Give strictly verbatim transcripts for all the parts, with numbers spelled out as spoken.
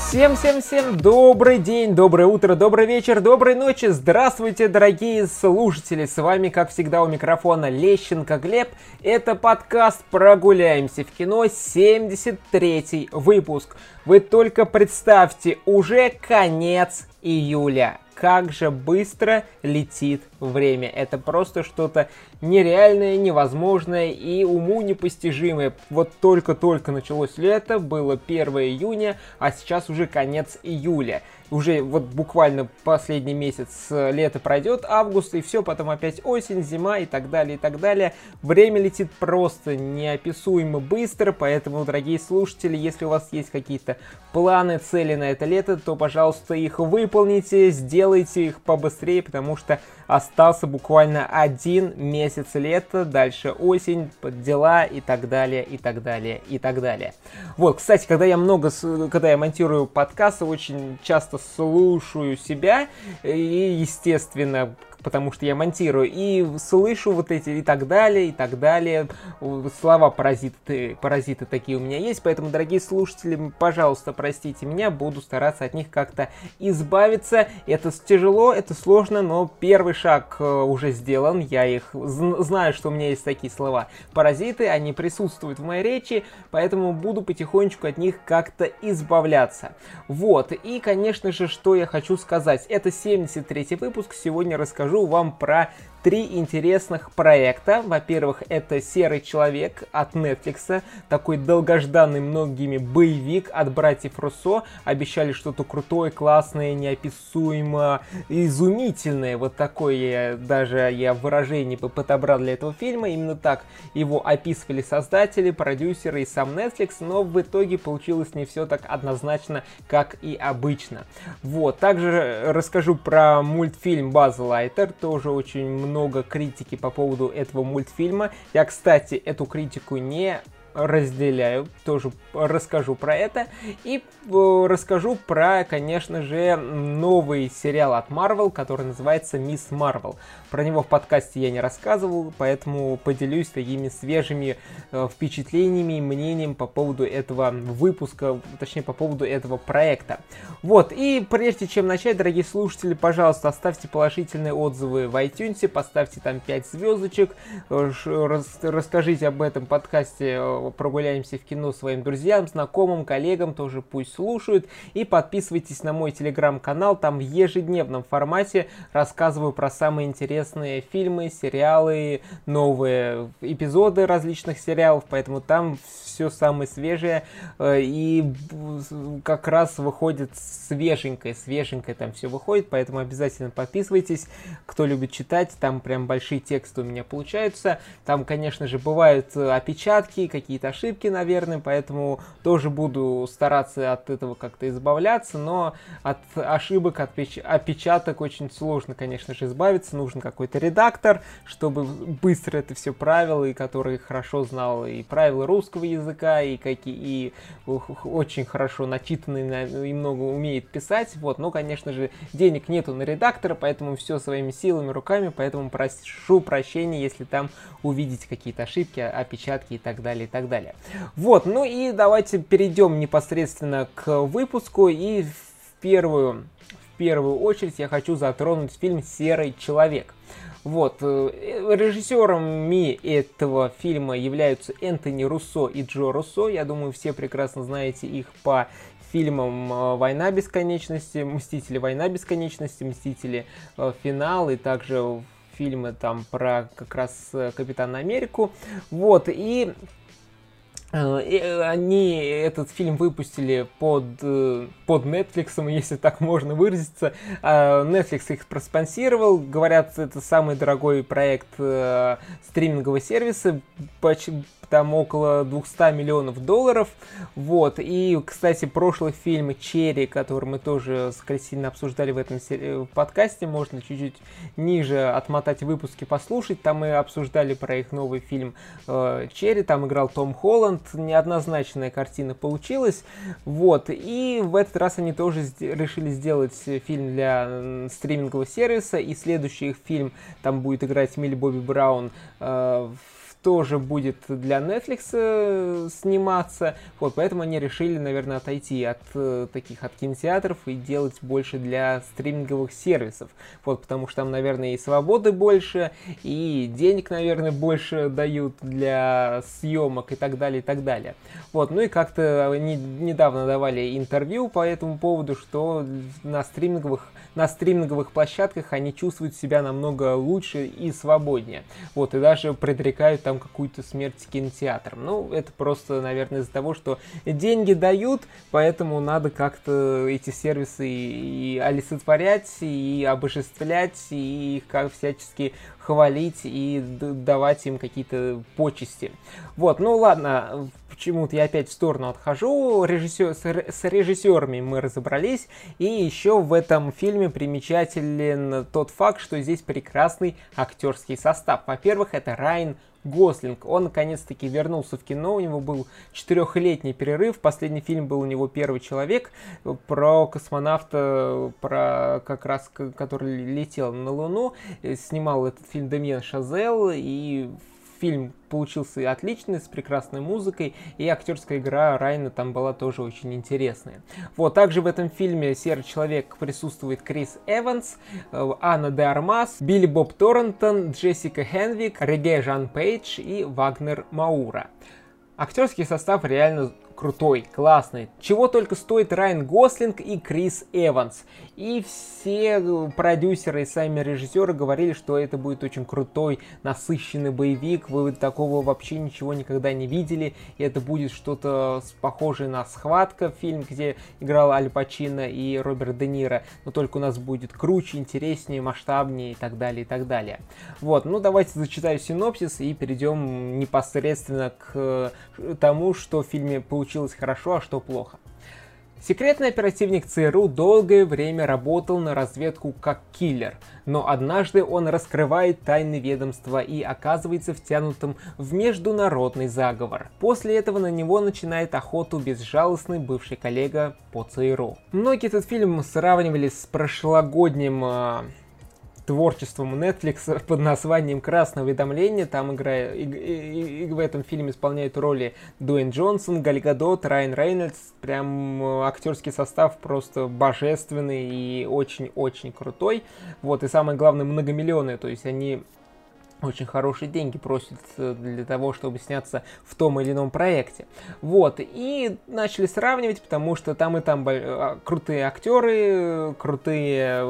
Всем-всем-всем добрый день, доброе утро, добрый вечер, доброй ночи. Здравствуйте, дорогие слушатели. С вами, как всегда, у микрофона Лещенко Глеб. Это подкаст «Прогуляемся в кино», семьдесят третий выпуск. Вы только представьте, уже конец июля. Как же быстро летит время. Это просто что-то нереальное, невозможное и уму непостижимое. Вот только-только началось лето, было первое июня, а сейчас уже конец июля. Уже вот буквально последний месяц лета пройдет, август, и все, потом опять осень, зима и так далее, и так далее. Время летит просто неописуемо быстро, поэтому, дорогие слушатели, если у вас есть какие-то планы, цели на это лето, то, пожалуйста, их выполните, сделайте их побыстрее, потому что остался буквально один месяц лета, дальше осень, дела и так далее, и так далее, и так далее. Вот, кстати, когда я много, когда я монтирую подкасты, очень часто слушаю себя, и, естественно, потому что я монтирую, и слышу вот эти и так далее, и так далее. Слова паразиты, паразиты такие у меня есть, поэтому, дорогие слушатели, пожалуйста, простите меня, буду стараться от них как-то избавиться. Это тяжело, это сложно, но первый шаг уже сделан, я их знаю, что у меня есть такие слова паразиты, они присутствуют в моей речи, поэтому буду потихонечку от них как-то избавляться. Вот, и, конечно же, что я хочу сказать, это семьдесят третий выпуск, сегодня расскажу вам про три интересных проекта. Во-первых, это «Серый человек» от Netflix, такой долгожданный многими боевик от братьев Руссо. Обещали что-то крутое, классное, неописуемо изумительное. Вот такое даже я выражение подобрал для этого фильма. Именно так его описывали создатели, продюсеры и сам Netflix, но в итоге получилось не все так однозначно, как и обычно. Вот. Также расскажу про мультфильм «Базз Лайтер», тоже очень много много критики по поводу этого мультфильма. Я, кстати, эту критику не разделяю, тоже расскажу про это. И э, расскажу про, конечно же, новый сериал от Marvel, который называется «Мисс Марвел». Про него в подкасте я не рассказывал, поэтому поделюсь такими свежими э, впечатлениями и мнением по поводу этого выпуска, точнее, по поводу этого проекта. Вот, и прежде чем начать, дорогие слушатели, пожалуйста, оставьте положительные отзывы в iTunes, поставьте там пять звездочек, э, рас, расскажите об этом подкасте «Прогуляемся в кино» своим друзьям, знакомым, коллегам, тоже пусть слушают. И подписывайтесь на мой телеграм-канал, там в ежедневном формате рассказываю про самые интересные фильмы, сериалы, новые эпизоды различных сериалов, поэтому там все самое свежее и как раз выходит свеженькое, свеженькое там все выходит, поэтому обязательно подписывайтесь, кто любит читать, там прям большие тексты у меня получаются, там, конечно же, бывают опечатки, какие какие-то ошибки, наверное, поэтому тоже буду стараться от этого как-то избавляться, но от ошибок, от печ- опечаток очень сложно, конечно же, избавиться. Нужен какой-то редактор, чтобы быстро это все правил, и который хорошо знал и правила русского языка, и, какие, и очень хорошо начитанный и много умеет писать. Вот, но, конечно же, денег нету на редактора, поэтому все своими силами, руками, поэтому прошу прощения, если там увидите какие-то ошибки, опечатки и так далее, и так далее. Вот, ну и давайте перейдем непосредственно к выпуску, и в первую, в первую очередь я хочу затронуть фильм «Серый человек». Вот, режиссерами этого фильма являются Энтони Руссо и Джо Руссо, я думаю, все прекрасно знаете их по фильмам «Война бесконечности», «Мстители. Война бесконечности», «Мстители. Финал» и также фильмы там про как раз Капитана Америку. Вот, и они этот фильм выпустили под, под Netflix, если так можно выразиться. Netflix их проспонсировал. Говорят, это самый дорогой проект стримингового сервиса. Там около двухсот миллионов долларов. Вот. И, кстати, прошлый фильм «Черри», который мы тоже с Кристиной обсуждали в этом в подкасте, можно чуть-чуть ниже отмотать выпуски, послушать. Там мы обсуждали про их новый фильм «Черри». Там играл Том Холланд. Неоднозначная картина получилась. Вот. И в этот раз они тоже решили сделать фильм для стримингового сервиса. И следующий их фильм, там будет играть Милли Бобби Браун, в тоже будет для Netflix сниматься, вот, поэтому они решили, наверное, отойти от таких, от кинотеатров и делать больше для стриминговых сервисов, вот, потому что там, наверное, и свободы больше, и денег, наверное, больше дают для съемок и так далее, и так далее. Вот, ну и как-то они недавно давали интервью по этому поводу, что на стриминговых, на стриминговых площадках они чувствуют себя намного лучше и свободнее, вот, и даже предрекают там какую-то смерть кинотеатрам. Ну, это просто, наверное, из-за того, что деньги дают, поэтому надо как-то эти сервисы и олицетворять, и обожествлять, и их как всячески хвалить и давать им какие-то почести. Вот, ну ладно, почему-то я опять в сторону отхожу. Режиссер, с режиссерами мы разобрались, и еще в этом фильме примечателен тот факт, что здесь прекрасный актерский состав. Во-первых, это Райан Гослинг. Он наконец-таки вернулся в кино, у него был четырехлетний перерыв, последний фильм был у него «Первый человек», про космонавта, про как раз, который летел на Луну, снимал этот фильм Демьен Шазел, и фильм получился отличный, с прекрасной музыкой, и актерская игра Райана там была тоже очень интересная. Вот, также в этом фильме «Серый человек» присутствует Крис Эванс, Анна де Армас, Билли Боб Торнтон, Джессика Хенвик, Реге Жан Пейдж и Вагнер Маура. Актерский состав реально крутой, классный. Чего только стоит Райан Гослинг и Крис Эванс. И все продюсеры и сами режиссеры говорили, что это будет очень крутой, насыщенный боевик. Вы такого вообще ничего никогда не видели. И это будет что-то похожее на «Схватка», фильм, где играл Аль Пачино и Роберт Де Ниро. Но только у нас будет круче, интереснее, масштабнее и так далее, и так далее. Вот, ну давайте зачитаю синопсис и перейдем непосредственно к тому, что в фильме получилось Получилось хорошо, а что плохо. Секретный оперативник ЦРУ долгое время работал на разведку как киллер, но однажды он раскрывает тайны ведомства и оказывается втянутым в международный заговор. После этого на него начинает охоту безжалостный бывший коллега по ЦРУ. Многие этот фильм сравнивали с прошлогодним э, творчеством Netflix под названием «Красное уведомление». Там играя, и, и, и в этом фильме исполняют роли Дуэйн Джонсон, Галь Гадот, Райан Рейнольдс. Прям актерский состав просто божественный и очень-очень крутой. Вот, и самое главное, многомиллионный. То есть они очень хорошие деньги просят для того, чтобы сняться в том или ином проекте. Вот, и начали сравнивать, потому что там и там крутые актеры, крутые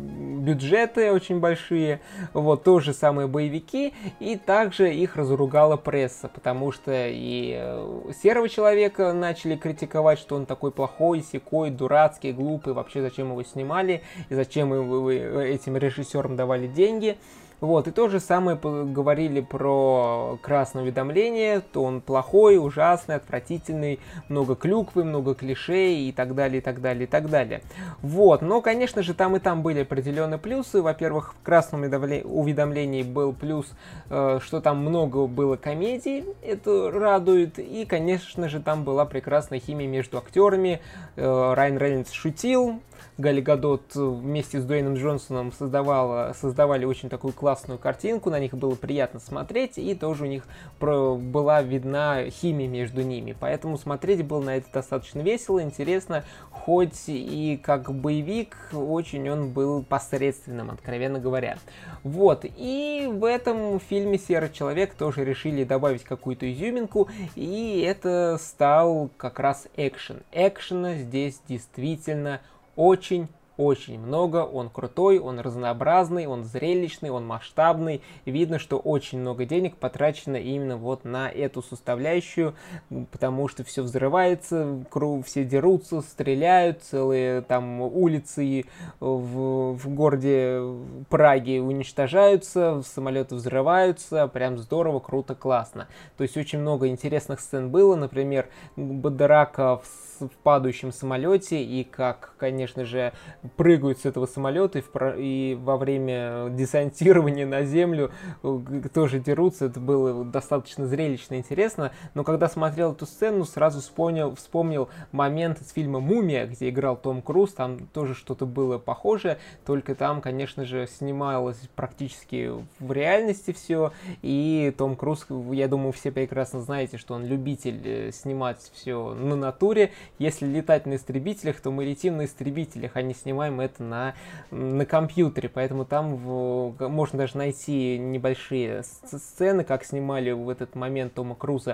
бюджеты очень большие, вот, то же самые боевики, и также их разругала пресса, потому что и «Серого человека» начали критиковать, что он такой плохой, сякой, дурацкий, глупый, вообще зачем его снимали, и зачем этим режиссерам давали деньги. Вот, и то же самое говорили про «Красное уведомление», то он плохой, ужасный, отвратительный, много клюквы, много клишей и так далее, и так далее, и так далее. Вот, но, конечно же, там и там были определенные плюсы. Во-первых, в «Красном уведомлении» был плюс, что там много было комедий, это радует, и, конечно же, там была прекрасная химия между актерами. Райан Рейнольдс шутил, Галь Гадот вместе с Дуэйном Джонсоном создавала, создавали очень такую классную картинку, на них было приятно смотреть, и тоже у них про, была видна химия между ними. Поэтому смотреть было на это достаточно весело, интересно, хоть и как боевик, очень он был посредственным, откровенно говоря. Вот, и в этом фильме «Серый человек» тоже решили добавить какую-то изюминку, и это стал как раз экшен. Экшена здесь действительно очень-очень много, он крутой, он разнообразный, он зрелищный, он масштабный. Видно, что очень много денег потрачено именно вот на эту составляющую, потому что все взрывается, все дерутся, стреляют, целые там улицы в, в городе Праге уничтожаются, самолеты взрываются, прям здорово, круто, классно. То есть очень много интересных сцен было, например, драка в в падающем самолете, и как, конечно же, прыгают с этого самолета и, в, и во время десантирования на землю тоже дерутся. Это было достаточно зрелищно и интересно. Но когда смотрел эту сцену, сразу вспомнил, вспомнил момент из фильма «Мумия», где играл Том Круз. Там тоже что-то было похожее, только там, конечно же, снималось практически в реальности все. И Том Круз, я думаю, все прекрасно знаете, что он любитель снимать все на натуре. Если летать на истребителях, то мы летим на истребителях, а не снимаем это на, на компьютере. Поэтому там в, можно даже найти небольшие сцены, как снимали в этот момент Тома Круза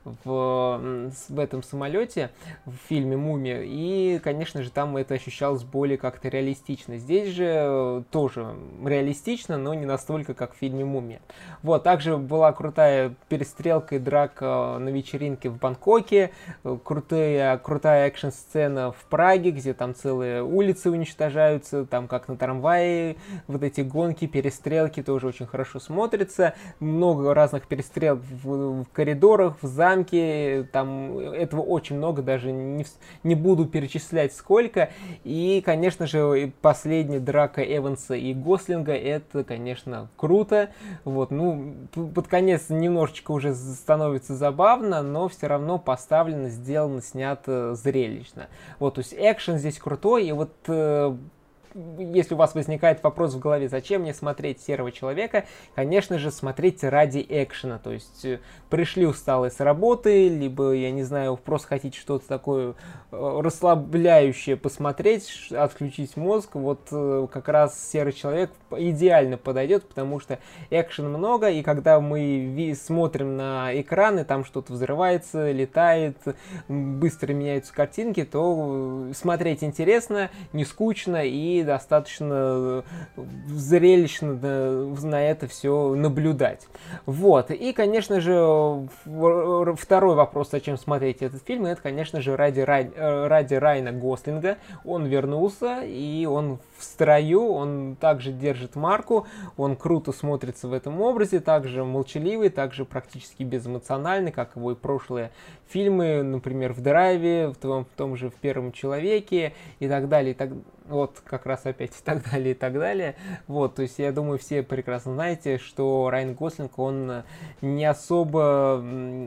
в, в этом самолете в фильме «Мумия». И, конечно же, там это ощущалось более как-то реалистично. Здесь же тоже реалистично, но не настолько, как в фильме «Мумия». Вот, также была крутая перестрелка и драка на вечеринке в Бангкоке, крутая, крутая экшн-сцена в Праге, где там целые улицы уничтожаются, там как на трамвае, вот эти гонки, перестрелки тоже очень хорошо смотрятся, много разных перестрелок в, в коридорах, в замке, там этого очень много, даже не, не буду перечислять сколько. И, конечно же, последняя драка Эванса и Гослинга, это, конечно, круто. Вот, ну, под конец немножечко уже становится забавно, но все равно поставлено, сделано, снято зрелищно. Вот, то есть экшен здесь крутой, и вот э, если у вас возникает вопрос в голове, зачем мне смотреть «Серого человека», конечно же, смотрите ради экшена. То есть э, пришли усталые с работы, либо, я не знаю, просто хотите что-то такое э, расслабляющее посмотреть, отключить мозг, вот э, как раз «Серый человек» идеально подойдет, потому что экшена много, и когда мы смотрим на экраны, там что-то взрывается, летает, быстро меняются картинки, то смотреть интересно, не скучно и достаточно зрелищно на это все наблюдать. Вот. И, конечно же, второй вопрос, зачем смотреть этот фильм, это, конечно же, ради, ради Райана Гослинга. Он вернулся, и он в строю, он также держит марку, он круто смотрится в этом образе, также молчаливый, также практически безэмоциональный, как его и прошлые фильмы, например, в «Драйве», в том, в том же «В первом человеке» и так далее, и так вот как раз опять и так далее, и так далее. Вот, то есть я думаю, все прекрасно знаете, что Райан Гослинг, он не особо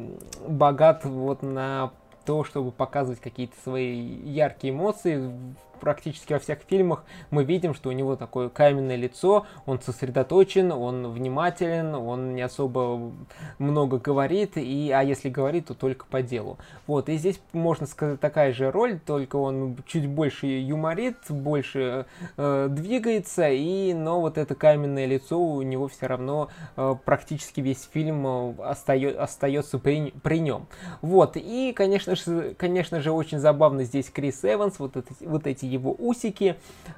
богат вот на то, чтобы показывать какие-то свои яркие эмоции. Практически во всех фильмах мы видим, что у него такое каменное лицо, он сосредоточен, он внимателен, он не особо много говорит, и, а если говорит, то только по делу. Вот, и здесь, можно сказать, такая же роль, только он чуть больше юморит, больше э, двигается, и, но вот это каменное лицо у него все равно э, практически весь фильм остается, остается при, при нем. Вот, и, конечно же, конечно же, очень забавно здесь Крис Эванс, вот, это, вот эти его усики.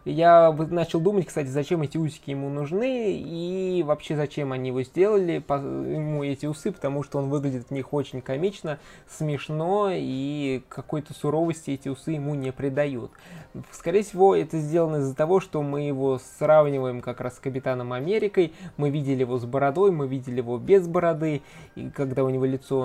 Я начал думать, кстати, зачем эти усики ему нужны и вообще зачем они его сделали, по, ему эти усы, потому что он выглядит в них очень комично, смешно и какой-то суровости эти усы ему не придают. Скорее всего, это сделано из-за того, что мы его сравниваем как раз с Капитаном Америкой, мы видели его с бородой, мы видели его без бороды, и когда у него лицо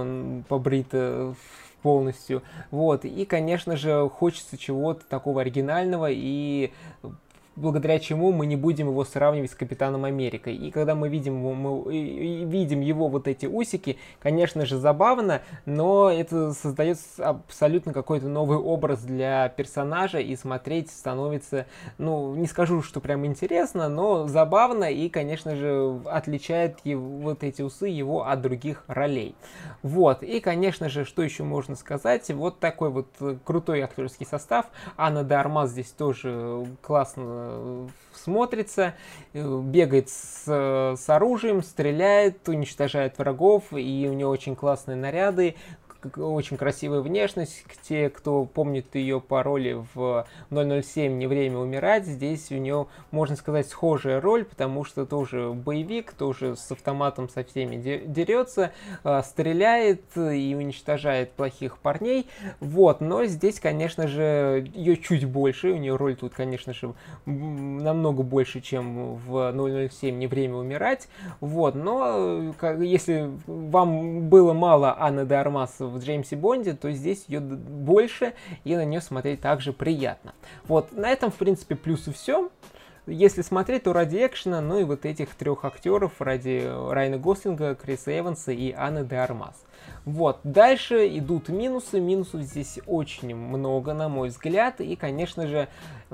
побрито полностью. Вот. И, конечно же, хочется чего-то такого оригинального и благодаря чему мы не будем его сравнивать с Капитаном Америкой. И когда мы видим, мы видим его вот эти усики, конечно же, забавно, но это создает абсолютно какой-то новый образ для персонажа, и смотреть становится, ну, не скажу, что прям интересно, но забавно, и, конечно же, отличает его, вот эти усы его от других ролей. Вот, и, конечно же, что еще можно сказать, вот такой вот крутой актерский состав. Анна де Армас здесь тоже классно смотрится, бегает с, с оружием, стреляет, уничтожает врагов, и у нее очень классные наряды, очень красивая внешность. Те, кто помнит ее по роли в ноль ноль семь «Не время умирать», здесь у нее, можно сказать, схожая роль, потому что тоже боевик, тоже с автоматом со всеми дерется, стреляет и уничтожает плохих парней. Вот, но здесь, конечно же, ее чуть больше, у нее роль тут, конечно же, намного больше, чем в ноль ноль семь «Не время умирать». Вот, но если вам было мало Анны де Армас в в Джеймсе Бонде, то здесь ее больше, и на нее смотреть также приятно. Вот, на этом, в принципе, плюс и все. Если смотреть, то ради экшена, ну и вот этих трех актеров, ради Райана Гослинга, Криса Эванса и Анны де Армас. Вот, дальше идут минусы. Минусов здесь очень много, на мой взгляд, и, конечно же,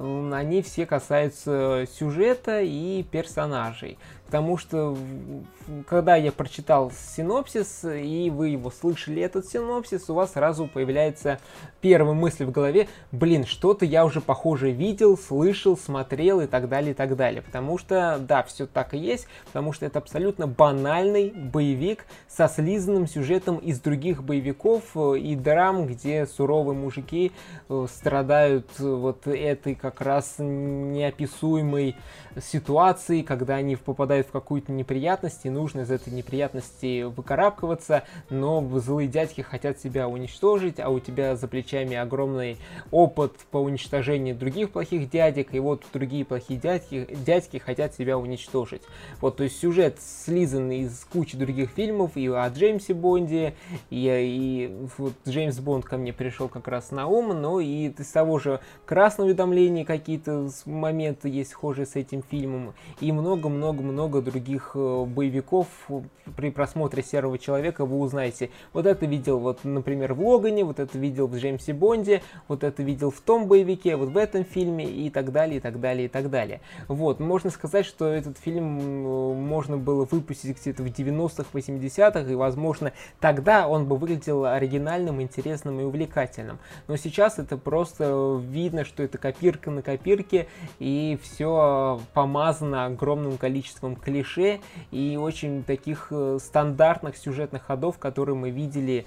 они все касаются сюжета и персонажей. Потому что, когда я прочитал синопсис, и вы его слышали, этот синопсис, у вас сразу появляется первая мысль в голове: блин, что-то я уже похожее видел, слышал, смотрел и так далее, и так далее. Потому что, да, все так и есть, потому что это абсолютно банальный боевик со слизанным сюжетом из других боевиков и драм, где суровые мужики страдают вот этой как раз неописуемой ситуации, когда они попадают в какую-то неприятность, и нужно из этой неприятности выкарабкиваться, но злые дядьки хотят себя уничтожить, а у тебя за плечами огромный опыт по уничтожению других плохих дядек, и вот другие плохие дядьки, дядьки хотят себя уничтожить. Вот, то есть сюжет слизан из кучи других фильмов, и о Джеймсе Бонде, и, и вот Джеймс Бонд ко мне пришел как раз на ум, но и из того же «Красного уведомления» какие-то моменты есть схожие с этим фильмом, и много-много-много других боевиков. При просмотре «Серого человека» вы узнаете: вот это видел, вот, например, в «Логане», вот это видел в Джеймсе Бонде, вот это видел в том боевике, вот в этом фильме, и так далее, и так далее, и так далее. Вот, можно сказать, что этот фильм можно было выпустить где-то в девяностых, восьмидесятых, и, возможно, тогда он бы выглядел оригинальным, интересным и увлекательным. Но сейчас это просто видно, что это копирка на копирке, и все помазано огромным количеством клише и очень таких стандартных сюжетных ходов, которые мы видели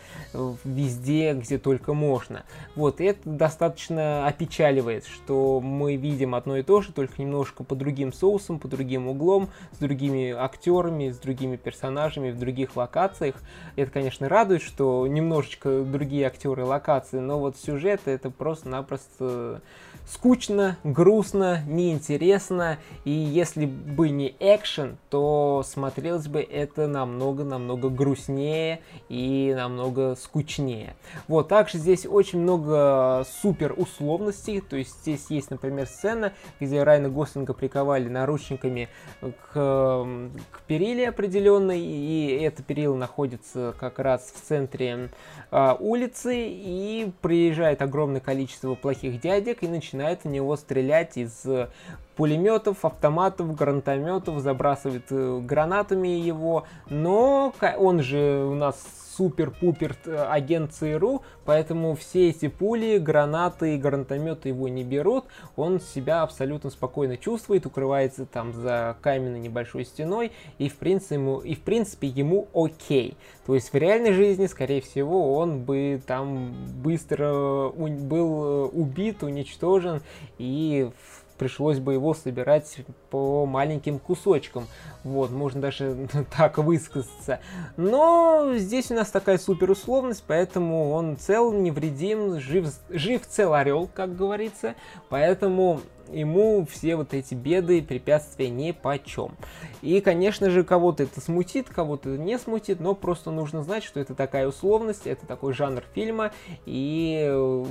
везде, где только можно. Вот, и это достаточно опечаливает, что мы видим одно и то же, только немножко по другим соусам, по другим углом, с другими актерами, с другими персонажами, в других локациях. Это, конечно, радует, что немножечко другие актеры и локации, но вот сюжет — это просто-напросто скучно, грустно, неинтересно, и если бы не экшен, то смотрелось бы это намного-намного грустнее и намного скучнее. Вот, также здесь очень много супер условностей, то есть здесь есть, например, сцена, где Райана Гослинга приковали наручниками к, к периле определенной, и эта перила находится как раз в центре а, улицы, и приезжает огромное количество плохих дядек и начинает в него стрелять из пулеметов, автоматов, гранатометов, забрасывает гранатами его, но он же у нас супер-пупер агент ЦРУ, поэтому все эти пули, гранаты и гранатометы его не берут, он себя абсолютно спокойно чувствует, укрывается там за каменной небольшой стеной, и в принципе ему, и в принципе ему окей. То есть в реальной жизни, скорее всего, он бы там быстро был убит, уничтожен, и пришлось бы его собирать по маленьким кусочкам. Вот, можно даже так высказаться. Но здесь у нас такая супер условность, поэтому он цел, невредим, жив, жив цел орел, как говорится. Поэтому ему все вот эти беды, препятствия нипочем. И, конечно же, кого-то это смутит, кого-то не смутит, но просто нужно знать, что это такая условность, это такой жанр фильма, и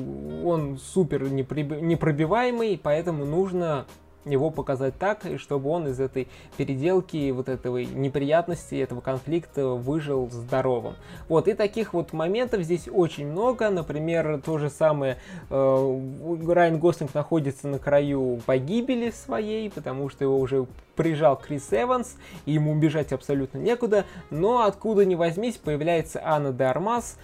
он супер непробиваемый, поэтому нужно его показать так, чтобы он из этой переделки, вот этого неприятности, этого конфликта выжил здоровым. Вот, и таких вот моментов здесь очень много. Например, то же самое, э, Райан Гослинг находится на краю погибели своей, потому что его уже прижал Крис Эванс, и ему убежать абсолютно некуда, но откуда ни возьмись появляется Анна де Армас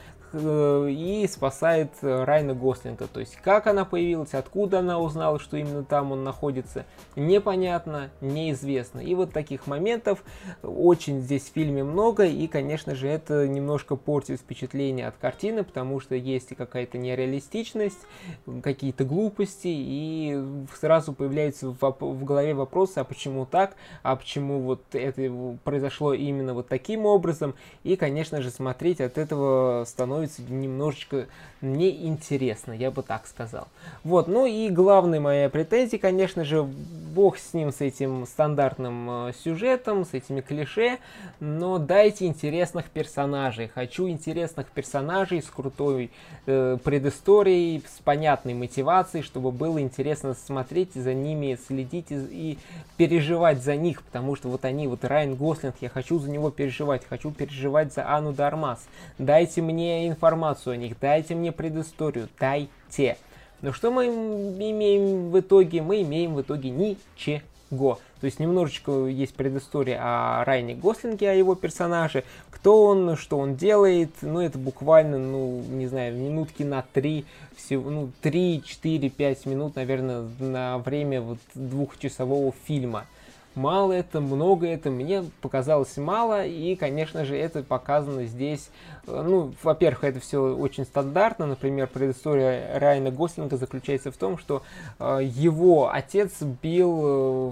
и спасает Райана Гослинга. То есть, как она появилась, откуда она узнала, что именно там он находится, непонятно, неизвестно. И вот таких моментов очень здесь в фильме много, и, конечно же, это немножко портит впечатление от картины, потому что есть и какая-то нереалистичность, какие-то глупости, и сразу появляются в, в голове вопросы: а почему так, а почему вот это произошло именно вот таким образом, и, конечно же, смотреть от этого становится становится немножечко неинтересно, я бы так сказал. Вот, ну и главная моя претензия, конечно же, бог с ним, с этим стандартным э, сюжетом, с этими клише, но дайте интересных персонажей. Хочу интересных персонажей с крутой э, предысторией, с понятной мотивацией, чтобы было интересно смотреть за ними, следить и, и переживать за них, потому что вот они, вот Райан Гослинг, я хочу за него переживать, хочу переживать за Анну де Армас. Дайте мне информацию о них, дайте мне предысторию, дайте. Но что мы имеем в итоге? Мы имеем в итоге ничего. То есть немножечко есть предыстория о Райане Гослинге, о его персонаже, кто он, что он делает, ну это буквально, ну не знаю, минутки на три, всего, ну три, четыре, пять минут, наверное, на время вот двухчасового фильма. Мало это, много это, мне показалось мало, и, конечно же, это показано здесь, ну, во-первых, это все очень стандартно, например, предыстория Райана Гослинга заключается в том, что э, его отец бил, э,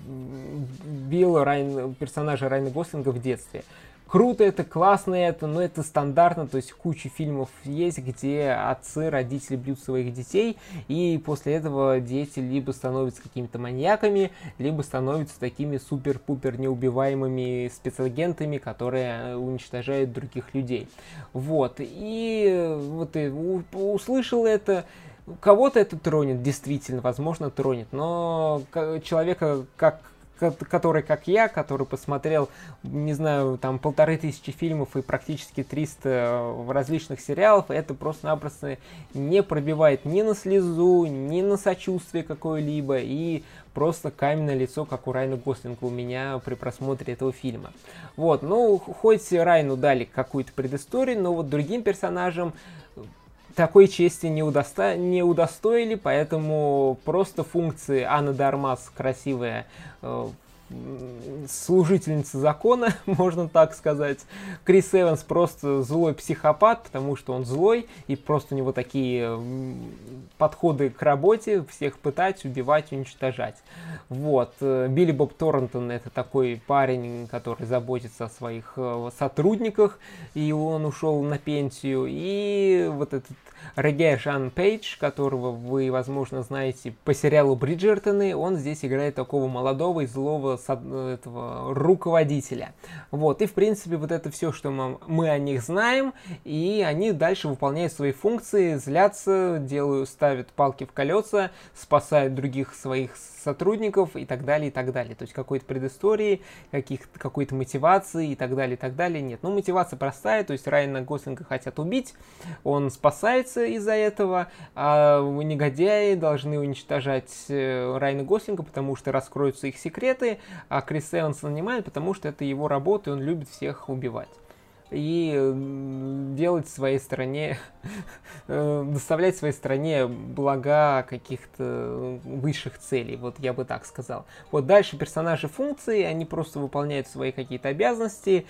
бил Райан, персонажа Райана Гослинга в детстве. Круто это, классно это, но это стандартно, то есть куча фильмов есть, где отцы, родители бьют своих детей, и после этого дети либо становятся какими-то маньяками, либо становятся такими супер-пупер неубиваемыми спецагентами, которые уничтожают других людей. Вот, и вот и услышал это. Кого-то это тронет, действительно, возможно, тронет, но человека, как который, как я, который посмотрел, не знаю, там полторы тысячи фильмов и практически триста различных сериалов, это просто-напросто не пробивает ни на слезу, ни на сочувствие какое-либо, и просто каменное лицо, как у Райана Гослинга у меня при просмотре этого фильма. Вот, ну, хоть Райану дали какую-то предысторию, но вот другим персонажам такой чести не, удосто... не удостоили, поэтому просто функции Анны де Армас, красивая э, служительница закона, можно так сказать. Крис Эванс просто злой психопат, потому что он злой, и просто у него такие подходы к работе, всех пытать, убивать, уничтожать. Вот. Билли Боб Торнтон — это такой парень, который заботится о своих сотрудниках, и он ушел на пенсию. И вот этот Регешан Пейдж, которого вы, возможно, знаете по сериалу «Бриджертоны», он здесь играет такого молодого и злого этого руководителя. Вот, и в принципе вот это все, что мы, мы о них знаем, и они дальше выполняют свои функции, злятся, делают, ставят палки в колеса, спасают других своих сотрудников и так далее, и так далее. То есть какой-то предыстории, какой-то мотивации и так далее, и так далее нет. Ну, мотивация простая, то есть Райана Гослинга хотят убить, он спасается из-за этого, а негодяи должны уничтожать Райана Гослинга, потому что раскроются их секреты, а Крис Эванса нанимают, потому что это его работа, и он любит всех убивать. И делать своей стране, доставлять своей стране блага каких-то высших целей, вот я бы так сказал. Вот дальше персонажи функции, они просто выполняют свои какие-то обязанности,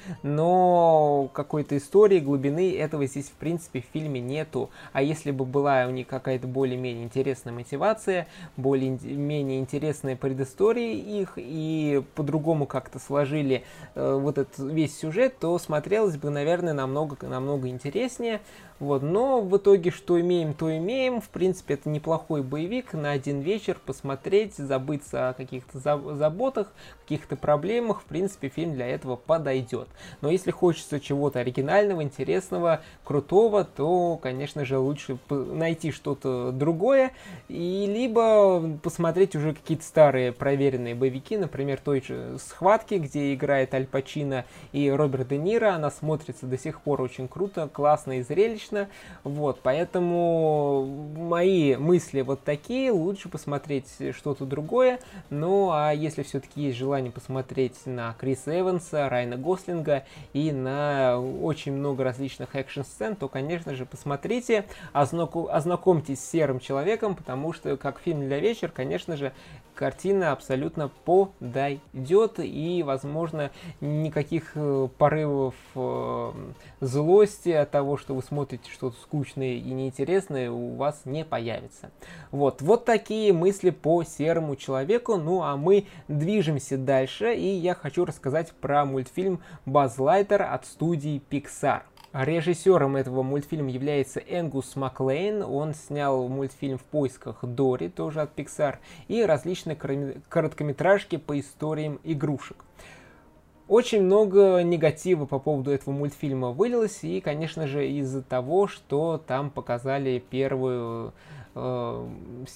но какой-то истории, глубины этого здесь в принципе в фильме нету. А если бы была у них какая-то более-менее интересная мотивация, более-менее интересная предыстория их, и по-другому как-то сложили э, вот этот весь сюжет, то смотрелось бы, наверное, намного, намного интереснее. Вот. Но в итоге, что имеем, то имеем. В принципе, это неплохой боевик на один вечер посмотреть, забыться о каких-то заботах, каких-то проблемах. В принципе, фильм для этого подойдет. Но если хочется чего-то оригинального, интересного, крутого, то, конечно же, лучше найти что-то другое. И либо посмотреть уже какие-то старые проверенные боевики, например, той же «Схватки», где играет Аль Пачино и Роберт Де Ниро. Она смотрится до сих пор очень круто, классно и зрелищно. Вот, поэтому мои мысли вот такие, лучше посмотреть что-то другое. Ну, а если все-таки есть желание посмотреть на Криса Эванса, Райана Гослинга и на очень много различных экшн-сцен, то, конечно же, посмотрите, ознакомьтесь с «Серым человеком», потому что, как фильм для вечера, конечно же, картина абсолютно подойдет, и, возможно, никаких порывов э, злости от того, что вы смотрите что-то скучное и неинтересное, у вас не появится. Вот, вот такие мысли по «Серому человеку». Ну, а мы движемся дальше, и я хочу рассказать про мультфильм «Базз Лайтер» от студии Pixar. Режиссером этого мультфильма является Энгус Маклейн. Он снял мультфильм «В поисках Дори», тоже от Pixar, и различные короткометражки по историям игрушек. Очень много негатива по поводу этого мультфильма вылилось, и, конечно же, из-за того, что там показали первую э,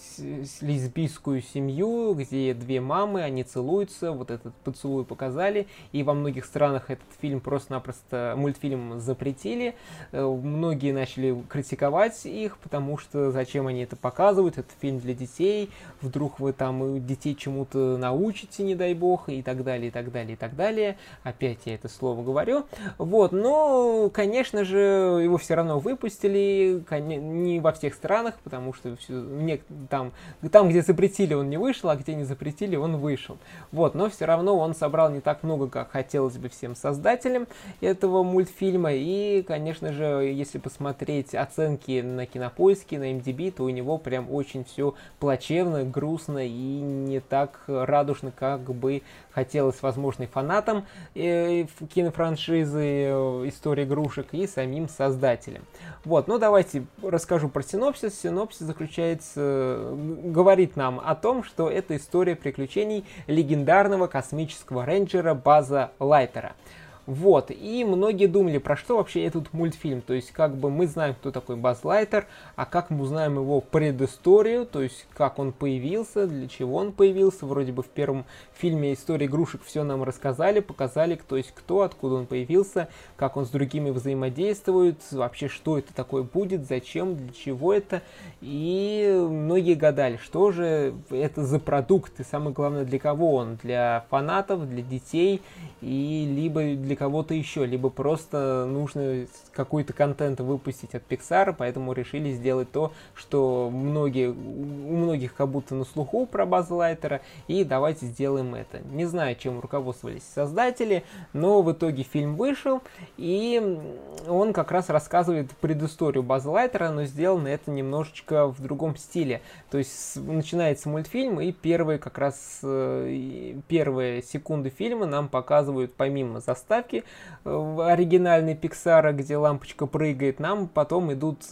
лесбийскую семью, где две мамы, они целуются, вот этот поцелуй показали, и во многих странах этот фильм просто-напросто, мультфильм запретили. Э, многие начали критиковать их, потому что зачем они это показывают, это фильм для детей, вдруг вы там детей чему-то научите, не дай бог, и так далее, и так далее, и так далее. Опять я это слово говорю. Вот, но, конечно же, его все равно выпустили, не во всех странах, потому что все, не, там, там, где запретили, он не вышел, а где не запретили, он вышел. Вот, но все равно он собрал не так много, как хотелось бы всем создателям этого мультфильма. И, конечно же, если посмотреть оценки на Кинопоиске, на эм ди би, то у него прям очень все плачевно, грустно и не так радужно, как бы хотелось, возможно, и фанатам э, кинофраншизы э, «История игрушек» и самим создателям. Вот, ну давайте расскажу про синопсис. Синопсис заключается, э, говорит нам о том, что это история приключений легендарного космического рейнджера База Лайтера. Вот, и многие думали, про что вообще этот мультфильм, то есть как бы мы знаем, кто такой Базз Лайтер, а как мы узнаем его предысторию, то есть как он появился, для чего он появился, вроде бы в первом фильме «История игрушек» все нам рассказали, показали, кто есть кто, откуда он появился, как он с другими взаимодействует, вообще что это такое будет, зачем, для чего это, и многие гадали, что же это за продукт, и самое главное, для кого он, для фанатов, для детей, и либо для кого-то еще, либо просто нужно какой-то контент выпустить от Pixar, поэтому решили сделать то, что многие, у многих как будто на слуху про База Лайтера, и давайте сделаем это. Не знаю, чем руководствовались создатели, но в итоге фильм вышел, и он как раз рассказывает предысторию База Лайтера, но сделано это немножечко в другом стиле. То есть начинается мультфильм, и первые как раз первые секунды фильма нам показывают, помимо заставки в оригинальной Pixar, где лампочка прыгает, нам потом идут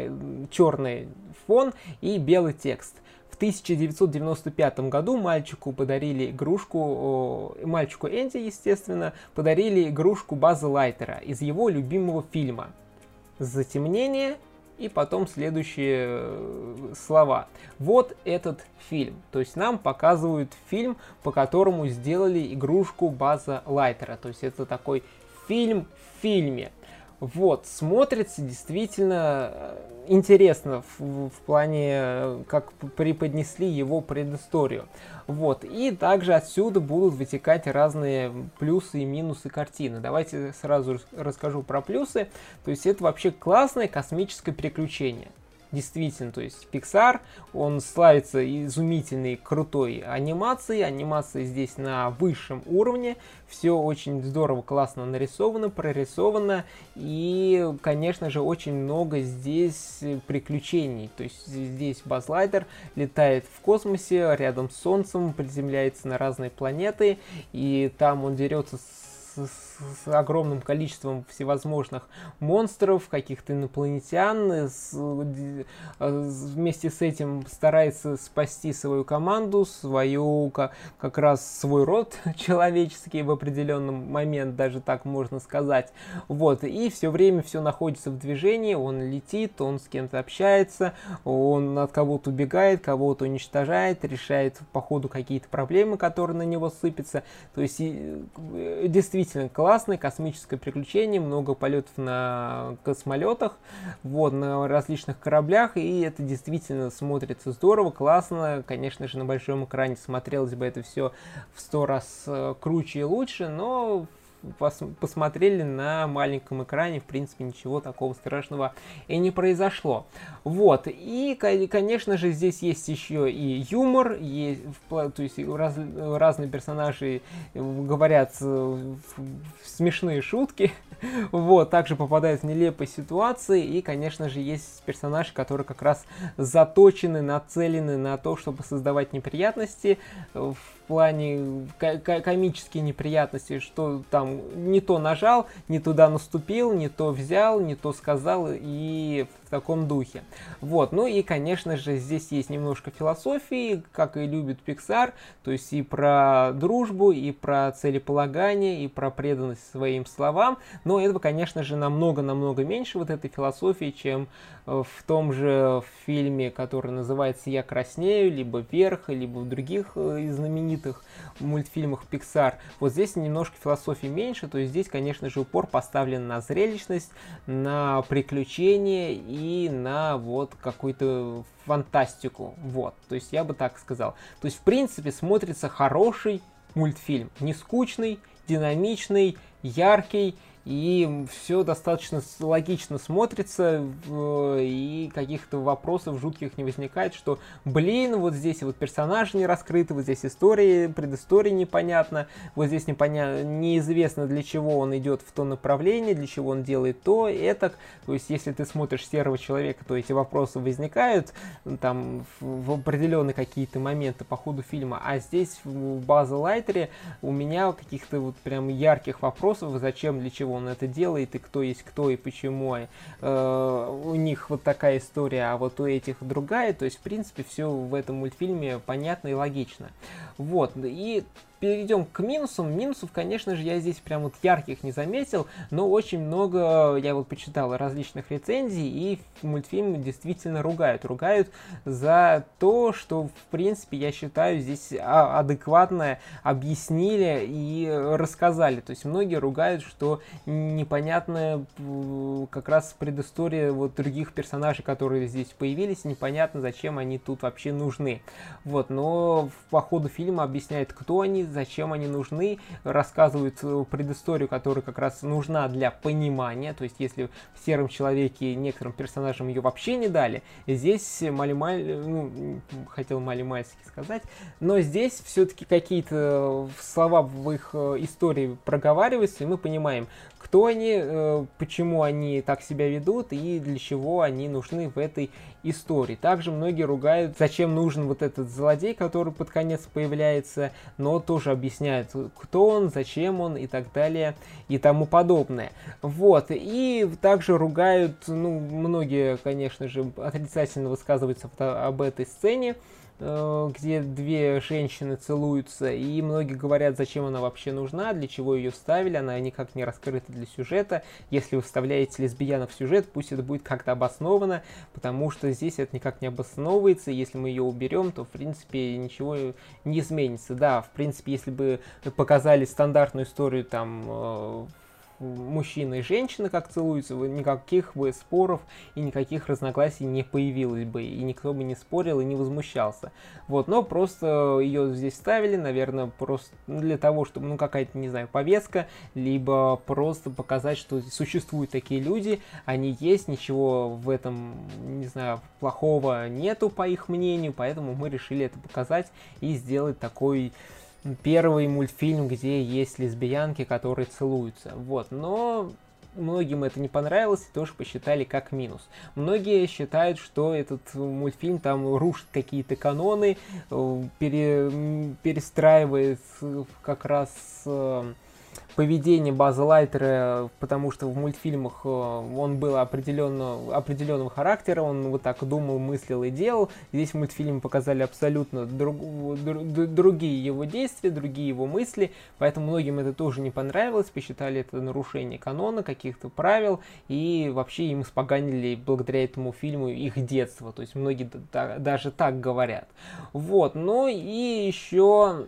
черный фон и белый текст. В тысяча девятьсот девяносто пятом году мальчику подарили игрушку, мальчику Энди, естественно, подарили игрушку База Лайтера из его любимого фильма «Затемнение», и потом следующие слова. Вот этот фильм. То есть нам показывают фильм, по которому сделали игрушку База Лайтера. То есть это такой фильм в фильме. Вот, смотрится действительно интересно в, в плане, как преподнесли его предысторию. Вот, и также отсюда будут вытекать разные плюсы и минусы картины. Давайте сразу расскажу про плюсы. То есть это вообще классное космическое приключение. Действительно, то есть Pixar, он славится изумительной, крутой анимацией. Анимация здесь на высшем уровне. Все очень здорово, классно нарисовано, прорисовано. И, конечно же, очень много здесь приключений. То есть здесь Базз Лайтер летает в космосе, рядом с Солнцем, приземляется на разные планеты. И там он дерется с с огромным количеством всевозможных монстров, каких-то инопланетян, с, вместе с этим старается спасти свою команду, свою, как, как раз свой род человеческий в определенном момент, даже так можно сказать. Вот, и все время все находится в движении, он летит, он с кем-то общается, он от кого-то убегает, кого-то уничтожает, решает по ходу какие-то проблемы, которые на него сыпятся. То есть, действительно, классное космическое приключение, много полетов на космолетах, вот, на различных кораблях, и это действительно смотрится здорово, классно. Конечно же, на большом экране смотрелось бы это все в сто раз круче и лучше, но посмотрели на маленьком экране, в принципе, ничего такого страшного и не произошло. Вот, и, конечно же, здесь есть еще и юмор, есть, то есть раз, разные персонажи говорят смешные шутки, вот, также попадают в нелепые ситуации, и, конечно же, есть персонажи, которые как раз заточены, нацелены на то, чтобы создавать неприятности в плане комические неприятности, что там не то нажал, не туда наступил, не то взял, не то сказал, и в таком духе. Вот, ну и, конечно же, здесь есть немножко философии, как и любит Pixar, то есть и про дружбу, и про целеполагание, и про преданность своим словам, но этого, конечно же, намного-намного меньше вот этой философии, чем в том же фильме, который называется «Я краснею», либо «Вверх», либо в других знаменитых мультфильмах Pixar. Вот здесь немножко философии меньше, то есть здесь, конечно же, упор поставлен на зрелищность, на приключения и на вот какую-то фантастику. Вот, то есть я бы так сказал. То есть, в принципе, смотрится хороший мультфильм, не скучный, динамичный, яркий, и все достаточно логично смотрится, и каких-то вопросов жутких не возникает, что, блин, вот здесь вот персонажи не раскрыты, вот здесь история, предыстория непонятна, вот здесь непонятно, неизвестно, для чего он идет в то направление, для чего он делает то, это. То есть, если ты смотришь «Серого человека», то эти вопросы возникают там в определенные какие-то моменты по ходу фильма, а здесь в Баззе Лайттере у меня каких-то вот прям ярких вопросов, зачем, для чего он это делает, и кто есть кто, и почему э, у них вот такая история, а вот у этих другая. То есть, в принципе, все в этом мультфильме понятно и логично. Вот, и перейдем к минусам. Минусов, конечно же, я здесь прям вот ярких не заметил, но очень много, я вот почитал различных рецензий, и мультфильм действительно ругают. Ругают за то, что, в принципе, я считаю, здесь адекватно объяснили и рассказали. То есть многие ругают, что непонятная как раз предыстория вот других персонажей, которые здесь появились, непонятно, зачем они тут вообще нужны. Вот, но по ходу фильма объясняют, кто они, зачем они нужны, рассказывают предысторию, которая как раз нужна для понимания. То есть, если в «Сером человеке» некоторым персонажам ее вообще не дали, здесь Мали-Маль, ну, хотел Мали-Мальски сказать, но здесь все-таки какие-то слова в их истории проговариваются, и мы понимаем, кто они, почему они так себя ведут и для чего они нужны в этой истории. Также многие ругают, зачем нужен вот этот злодей, который под конец появляется, но тоже объясняют, кто он, зачем он и так далее и тому подобное. Вот, и также ругают, ну, многие, конечно же, отрицательно высказываются об этой сцене, где две женщины целуются, и многие говорят, зачем она вообще нужна, для чего ее вставили, она никак не раскрыта для сюжета. Если вы вставляете лесбиянок в сюжет, пусть это будет как-то обосновано, потому что здесь это никак не обосновывается. Если мы ее уберем, то в принципе ничего не изменится. Да, в принципе, если бы показали стандартную историю там мужчина и женщина как целуются, никаких бы споров и никаких разногласий не появилось бы, и никто бы не спорил и не возмущался. Вот, но просто ее здесь ставили, наверное, просто для того, чтобы, ну, какая-то, не знаю, повестка, либо просто показать, что существуют такие люди, они есть, ничего в этом, не знаю, плохого нету, по их мнению, поэтому мы решили это показать и сделать такой первый мультфильм, где есть лесбиянки, которые целуются. Вот, но многим это не понравилось и тоже посчитали как минус. Многие считают, что этот мультфильм там рушит какие-то каноны, пере, перестраивает как раз поведение Базза Лайттера, потому что в мультфильмах он был определенно, определенного характера, он вот так думал, мыслил и делал. Здесь в мультфильме показали абсолютно друг, друг, другие его действия, другие его мысли, поэтому многим это тоже не понравилось, посчитали это нарушение канона, каких-то правил, и вообще им испоганили благодаря этому фильму их детство, то есть многие даже так говорят. Вот, ну и еще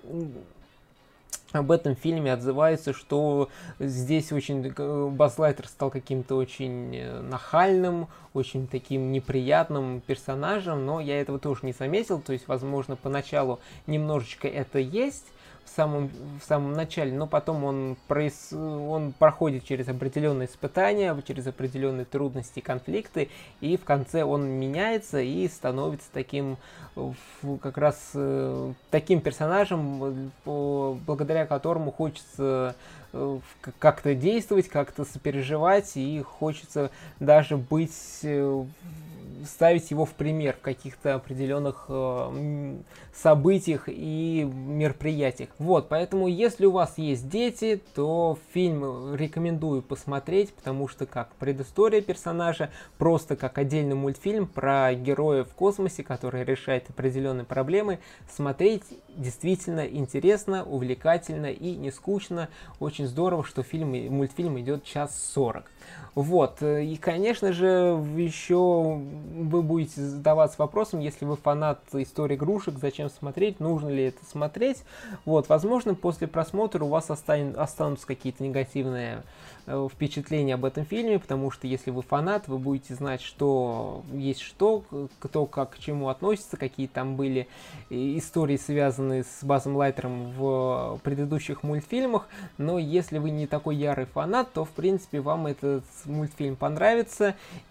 об этом фильме отзывается, что здесь очень Базз Лайттер стал каким-то очень нахальным, очень таким неприятным персонажем, но я этого тоже не заметил, то есть, возможно, поначалу немножечко это есть в самом, в самом начале, но потом он, проис, он проходит через определенные испытания, через определенные трудности и конфликты, и в конце он меняется и становится таким, как раз таким персонажем, благодаря которому хочется как-то действовать, как-то сопереживать, и хочется даже быть ставить его в пример в каких-то определенных э, событиях и мероприятиях. Вот, поэтому если у вас есть дети, то фильм рекомендую посмотреть, потому что как предыстория персонажа, просто как отдельный мультфильм про героя в космосе, который решает определенные проблемы, смотреть действительно интересно, увлекательно и не скучно. Очень здорово, что фильм, мультфильм идет час сорок. Вот, и, конечно же, еще вы будете задаваться вопросом, если вы фанат истории игрушек, зачем смотреть, нужно ли это смотреть. Вот, возможно, после просмотра у вас остан- останутся какие-то негативные э, впечатления об этом фильме, потому что если вы фанат, вы будете знать, что есть что, кто как к чему относится, какие там были истории, связанные с Базом Лайтером в предыдущих мультфильмах. Но если вы не такой ярый фанат, то, в принципе, вам этот мультфильм понравится,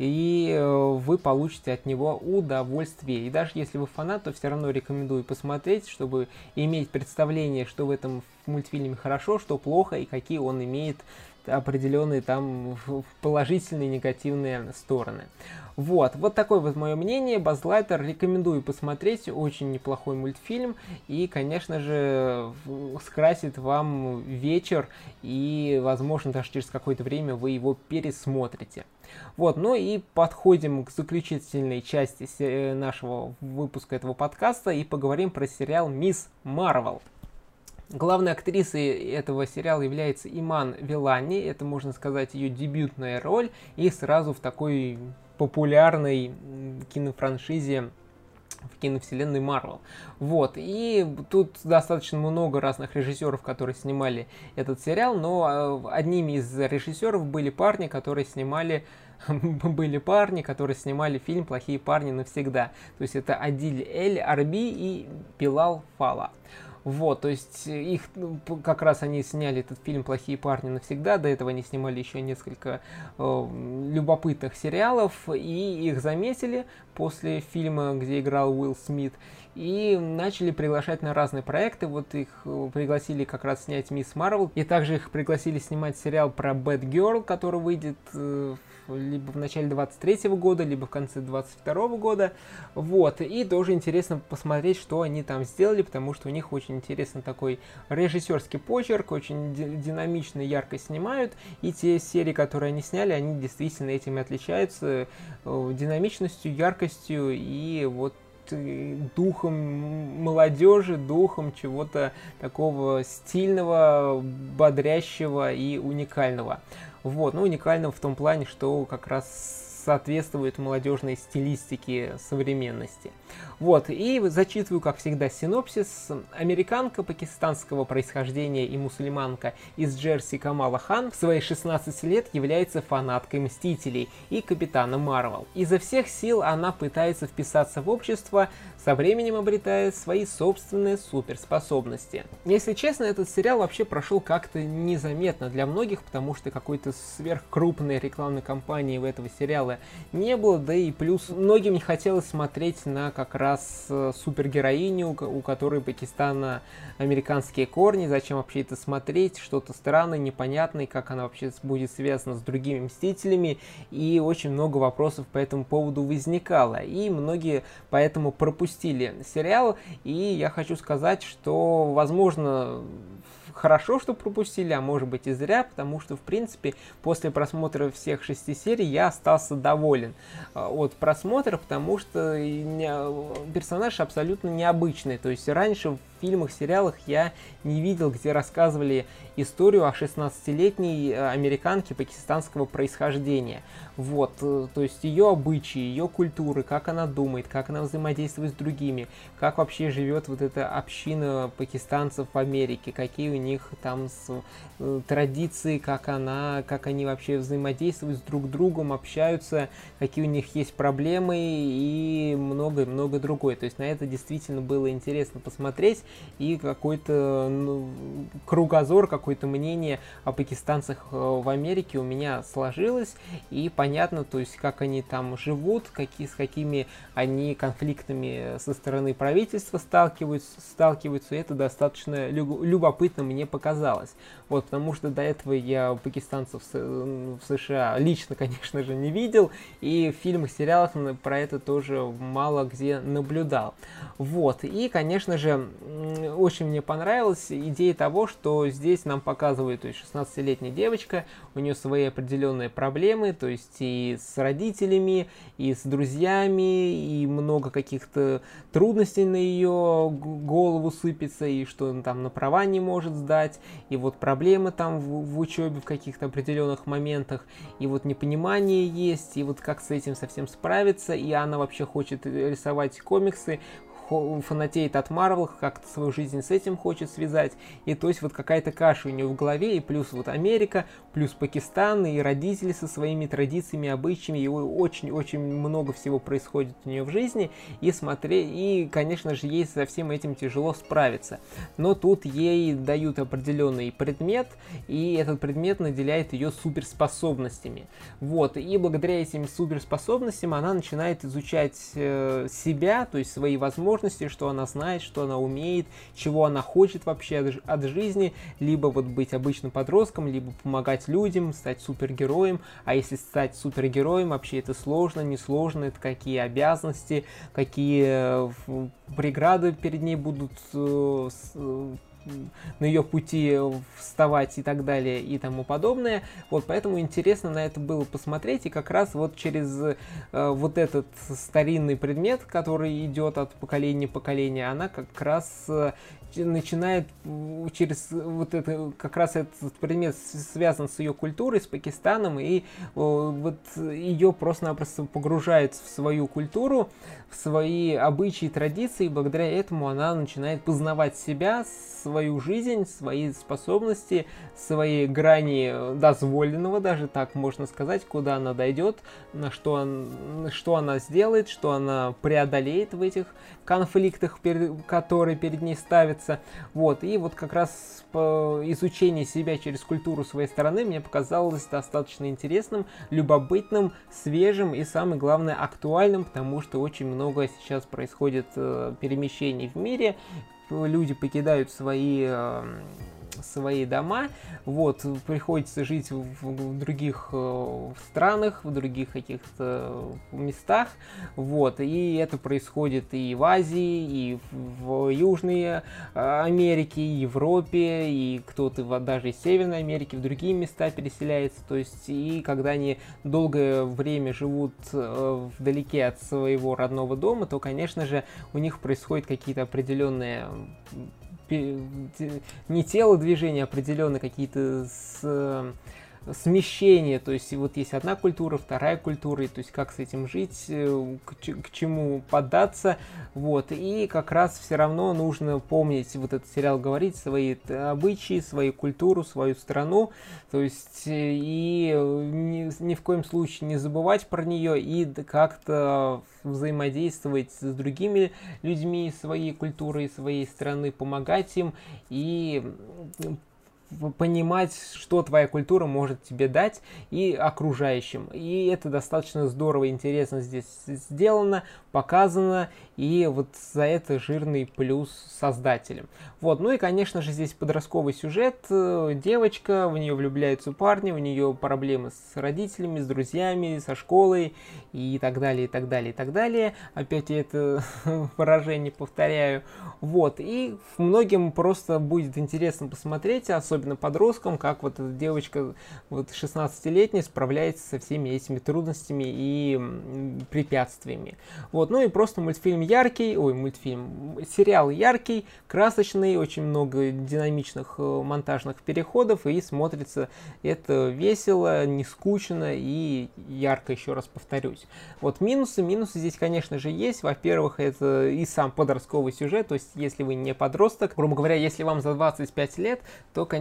и э, вы получите от него удовольствие. И даже если вы фанат, то все равно рекомендую посмотреть, чтобы иметь представление, что в этом мультфильме хорошо, что плохо, и какие он имеет определенные там положительные и негативные стороны. Вот, вот такое вот мое мнение. Buzz Lightyear рекомендую посмотреть, очень неплохой мультфильм, и, конечно же, скрасит вам вечер, и, возможно, даже через какое-то время вы его пересмотрите. Вот, ну и подходим к заключительной части нашего выпуска этого подкаста и поговорим про сериал «Мисс Марвел». Главной актрисой этого сериала является Иман Вилани, это, можно сказать, ее дебютная роль, и сразу в такой популярной кинофраншизе в киновселенной Марвел. Вот, и тут достаточно много разных режиссеров, которые снимали этот сериал, но одними из режиссеров были парни, которые снимали были парни, которые снимали фильм «Плохие парни навсегда». То есть это Адиль Эль Арби и Билал Фалла. Вот, то есть их, как раз они сняли этот фильм «Плохие парни навсегда», до этого они снимали еще несколько э, любопытных сериалов, и их заметили после фильма, где играл Уилл Смит, и начали приглашать на разные проекты. Вот их пригласили как раз снять «Мисс Марвел», и также их пригласили снимать сериал про Бэтгерл, который выйдет э, либо в начале двадцать третьего года, либо в конце двадцать второго года. Вот, и тоже интересно посмотреть, что они там сделали, потому что у них очень интересный такой режиссерский почерк, очень динамично и ярко снимают, и те серии, которые они сняли, они действительно этим и отличаются, э, динамичностью, яркостью и вот духом молодежи, духом чего-то такого стильного, бодрящего и уникального. Вот, ну, уникального в том плане, что как раз соответствует молодежной стилистике современности. Вот, и зачитываю, как всегда, синопсис. Американка пакистанского происхождения и мусульманка из Джерси Камала Хан в свои шестнадцать лет является фанаткой Мстителей и Капитана Марвел. Изо всех сил она пытается вписаться в общество, со временем обретая свои собственные суперспособности. Если честно, этот сериал вообще прошел как-то незаметно для многих, потому что какой-то сверхкрупной рекламной кампании в этого сериала не было, да и плюс многим не хотелось смотреть на как раз супергероиню, у которой пакистано-американские корни, зачем вообще это смотреть, что-то странное, непонятное, как она вообще будет связана с другими Мстителями, и очень много вопросов по этому поводу возникало, и многие поэтому пропустили сериал, и я хочу сказать, что, возможно, хорошо, что пропустили, а может быть и зря, потому что, в принципе, после просмотра всех шести серий я остался доволен от просмотра, потому что персонаж абсолютно необычный. То есть раньше в фильмах, сериалах я не видел, где рассказывали историю о шестнадцатилетней американке пакистанского происхождения. Вот, то есть ее обычаи, ее культуры, как она думает, как она взаимодействует с другими, как вообще живет вот эта община пакистанцев в Америке, какие у них там с, э, традиции, как она, как они вообще взаимодействуют с друг другом, общаются, какие у них есть проблемы и многое-многое другое. То есть на это действительно было интересно посмотреть. и какой-то ну, кругозор, какое-то мнение о пакистанцах в Америке у меня сложилось, и понятно, то есть, как они там живут, какие, с какими они конфликтами со стороны правительства сталкиваются, сталкиваются, и это достаточно любопытно мне показалось. Вот, потому что до этого я пакистанцев в США лично, конечно же, не видел, и в фильмах, сериалах про это тоже мало где наблюдал. Вот, и, конечно же, очень мне понравилась идея того, что здесь нам показывают, то есть шестнадцатилетняя девочка, у нее свои определенные проблемы, то есть и с родителями, и с друзьями, и много каких-то трудностей на ее голову сыпется, и что он там на права не может сдать, и вот проблемы там в, в учебе в каких-то определенных моментах, и вот непонимание есть, и вот как с этим совсем справиться, и она вообще хочет рисовать комиксы, фанатеет от Марвел, как-то свою жизнь с этим хочет связать, и то есть вот какая-то каша у нее в голове, и плюс вот Америка, плюс Пакистан, и родители со своими традициями, обычаями, и очень-очень много всего происходит у нее в жизни, и смотреть, и, конечно же, ей со всем этим тяжело справиться. Но тут ей дают определенный предмет, и этот предмет наделяет ее суперспособностями. Вот, и благодаря этим суперспособностям она начинает изучать э, себя, то есть свои возможности, что она знает, что она умеет, чего она хочет вообще от, от жизни, либо вот быть обычным подростком, либо помогать людям, стать супергероем. А если стать супергероем, вообще это сложно, несложно, это какие обязанности, какие преграды перед ней будут э, на ее пути вставать и так далее и тому подобное. Вот, поэтому интересно на это было посмотреть, и как раз вот через э, вот этот старинный предмет, который идет от поколения в поколение, она как раз э, начинает через вот это, как раз этот предмет связан с ее культурой, с Пакистаном, и о, вот ее просто-напросто погружает в свою культуру, в свои обычаи, традиции, и благодаря этому она начинает познавать себя, свою жизнь, свои способности, свои грани дозволенного, даже так можно сказать, куда она дойдет, на что, он, что она сделает, что она преодолеет в этих конфликтах, которые перед ней ставятся. Вот, и вот как раз изучение себя через культуру своей страны мне показалось достаточно интересным, любопытным, свежим и, самое главное, актуальным, потому что очень много сейчас происходит э, перемещений в мире, люди покидают свои э, свои дома, вот, приходится жить в, в других э, странах, в других каких-то местах, вот, и это происходит и в Азии, и в, в Южной Америке, и Европе, и кто-то даже из Северной Америки в другие места переселяется, то есть, и когда они долгое время живут э, вдалеке от своего родного дома, то, конечно же, у них происходят какие-то определенные не телодвижения, определенные какие-то с, смещения, то есть вот есть одна культура, вторая культура, и, то есть как с этим жить, к, к чему поддаться, вот, и как раз все равно нужно помнить, вот этот сериал говорит, свои обычаи, свою культуру, свою страну, то есть и ни, ни в коем случае не забывать про нее и как-то взаимодействовать с другими людьми своей культуры, своей страны, помогать им и понимать, что твоя культура может тебе дать и окружающим. И это достаточно здорово и интересно здесь сделано, показано, и вот за это жирный плюс создателям. Вот, ну и, конечно же, здесь подростковый сюжет. Девочка, в нее влюбляются парни, у нее проблемы с родителями, с друзьями, со школой и так далее, и так далее, и так далее. Опять я это выражение повторяю. Вот, и многим просто будет интересно посмотреть, особенно подросткам, как вот эта девочка вот шестнадцатилетняя справляется со всеми этими трудностями и препятствиями. Вот, ну и просто мультфильм яркий, ой, мультфильм, сериал яркий, красочный, очень много динамичных монтажных переходов, и смотрится это весело, не скучно и ярко, еще раз повторюсь. Вот минусы, минусы здесь, конечно же, есть. Во-первых, это и сам подростковый сюжет, то есть если вы не подросток, грубо говоря, если вам за двадцать пять лет, то, конечно,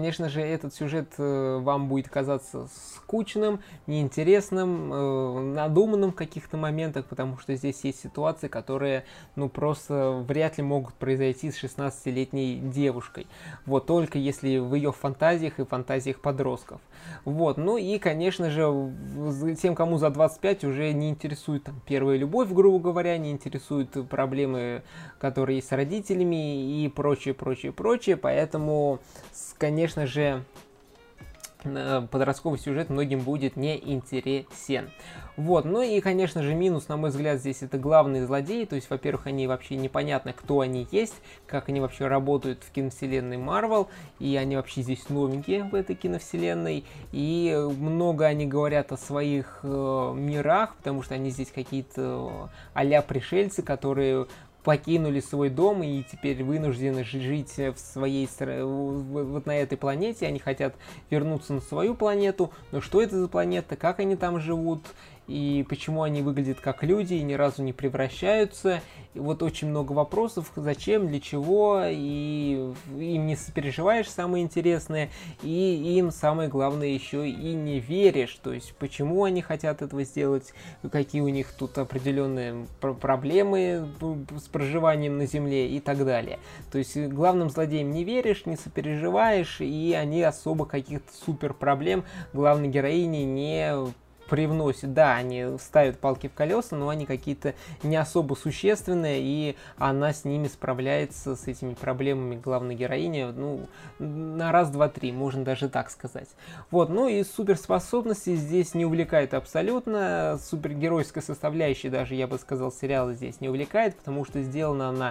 конечно же, этот сюжет вам будет казаться скучным, неинтересным, надуманным в каких-то моментах, потому что здесь есть ситуации, которые, ну, просто вряд ли могут произойти с шестнадцатилетней девушкой. Вот, только если в ее фантазиях и фантазиях подростков. Вот, ну и, конечно же, тем, кому за двадцать пять, уже не интересует там первая любовь, грубо говоря, не интересуют проблемы, которые есть с родителями и прочее, прочее, прочее, поэтому, конечно же, подростковый сюжет многим будет не интересен. Вот, ну и, конечно же, минус, на мой взгляд, здесь это главные злодеи, то есть, во-первых, они вообще непонятно, кто они есть, как они вообще работают в киновселенной Marvel, и они вообще здесь новенькие в этой киновселенной, и много они говорят о своих э, мирах, потому что они здесь какие-то а-ля пришельцы, которые покинули свой дом и теперь вынуждены жить в своей, вот на этой планете. Они хотят вернуться на свою планету. Но что это за планета, как они там живут, и почему они выглядят как люди и ни разу не превращаются. И вот очень много вопросов, зачем, для чего, и им не сопереживаешь, самое интересное, и им самое главное еще и не веришь, то есть почему они хотят этого сделать, какие у них тут определенные проблемы с проживанием на Земле и так далее. То есть главным злодеям не веришь, не сопереживаешь, и они особо каких-то супер проблем главной героини не привносят. Да, они ставят палки в колеса, но они какие-то не особо существенные, и она с ними справляется, с этими проблемами главной героини, ну, на раз, два, три, можно даже так сказать. Вот, ну и суперспособности здесь не увлекает абсолютно, супергеройская составляющая даже, я бы сказал, сериала здесь не увлекает, потому что сделана она,